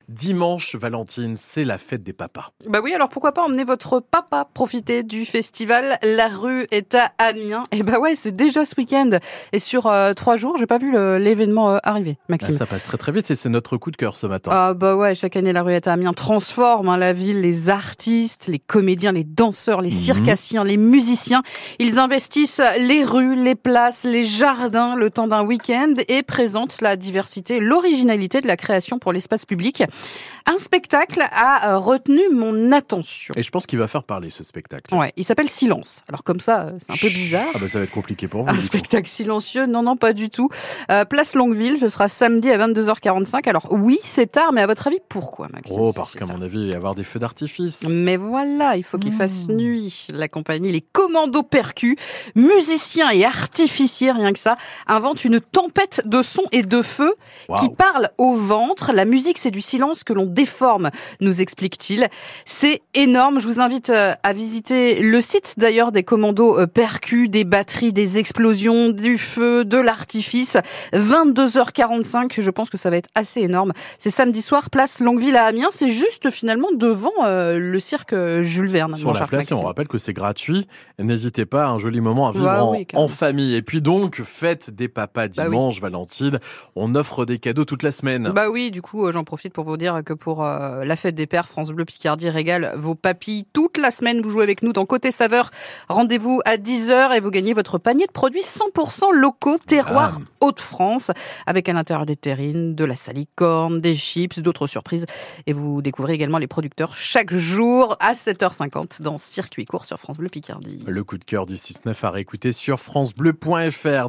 Dimanche, Valentine, c'est la fête des papas. Bah oui, alors pourquoi pas emmener votre papa profiter du festival La Rue est à Amiens. Et bah ouais, c'est déjà ce week-end. Et sur 3 jours, j'ai pas vu l'événement arriver, Maxime. Ça passe très très vite et c'est notre coup de cœur ce matin. Ah bah ouais, chaque année La Rue est à Amiens transforme la ville, les artistes, les comédiens, les danseurs, les circassiens, les musiciens. Ils investissent les rues, les places, les jardins le temps d'un week-end et présentent la diversité, l'originalité de la création pour l'espace public. Un spectacle a retenu mon attention. Et je pense qu'il va faire parler ce spectacle. Ouais, il s'appelle Silence. Alors comme ça, c'est un peu bizarre. Ah bah ça va être compliqué pour vous. Un spectacle silencieux, non, pas du tout. Place Longueville, ce sera samedi à 22h45. Alors oui, c'est tard, mais à votre avis, pourquoi, Maxime? Oh, parce qu'à mon avis, il va y avoir des feux d'artifice. Mais voilà, il faut qu'il fasse nuit. La compagnie Les Commandos Percus, musiciens et artificiers, rien que ça, inventent une tempête de sons et de feu qui parle au ventre. La musique, c'est du silence que l'on déforme, nous explique-t-il. C'est énorme. Je vous invite à visiter le site d'ailleurs des Commandos Percus, des batteries, des explosions, du feu, de l'artifice. 22h45, je pense que ça va être assez énorme. C'est samedi soir, place Longueville à Amiens. C'est juste finalement devant le cirque Jules Verne. Sur la place, on rappelle que c'est gratuit. N'hésitez pas, un joli moment à vivre en famille. Et puis donc, fête des papas dimanche, Valentine. On offre des cadeaux toute la semaine. Bah oui, du coup, j'en profite pour vous dire que pour la fête des pères, France Bleu Picardie régale vos papilles toute la semaine. Vous jouez avec nous dans Côté Saveur. Rendez-vous à 10h et vous gagnez votre panier de produits 100% locaux, terroir Hauts-de-France, avec à l'intérieur des terrines, de la salicorne, des chips, d'autres surprises. Et vous découvrez également les producteurs chaque jour à 7h50 dans Circuit Court sur France Bleu Picardie. Le coup de cœur du 6-9 à réécouter sur francebleu.fr.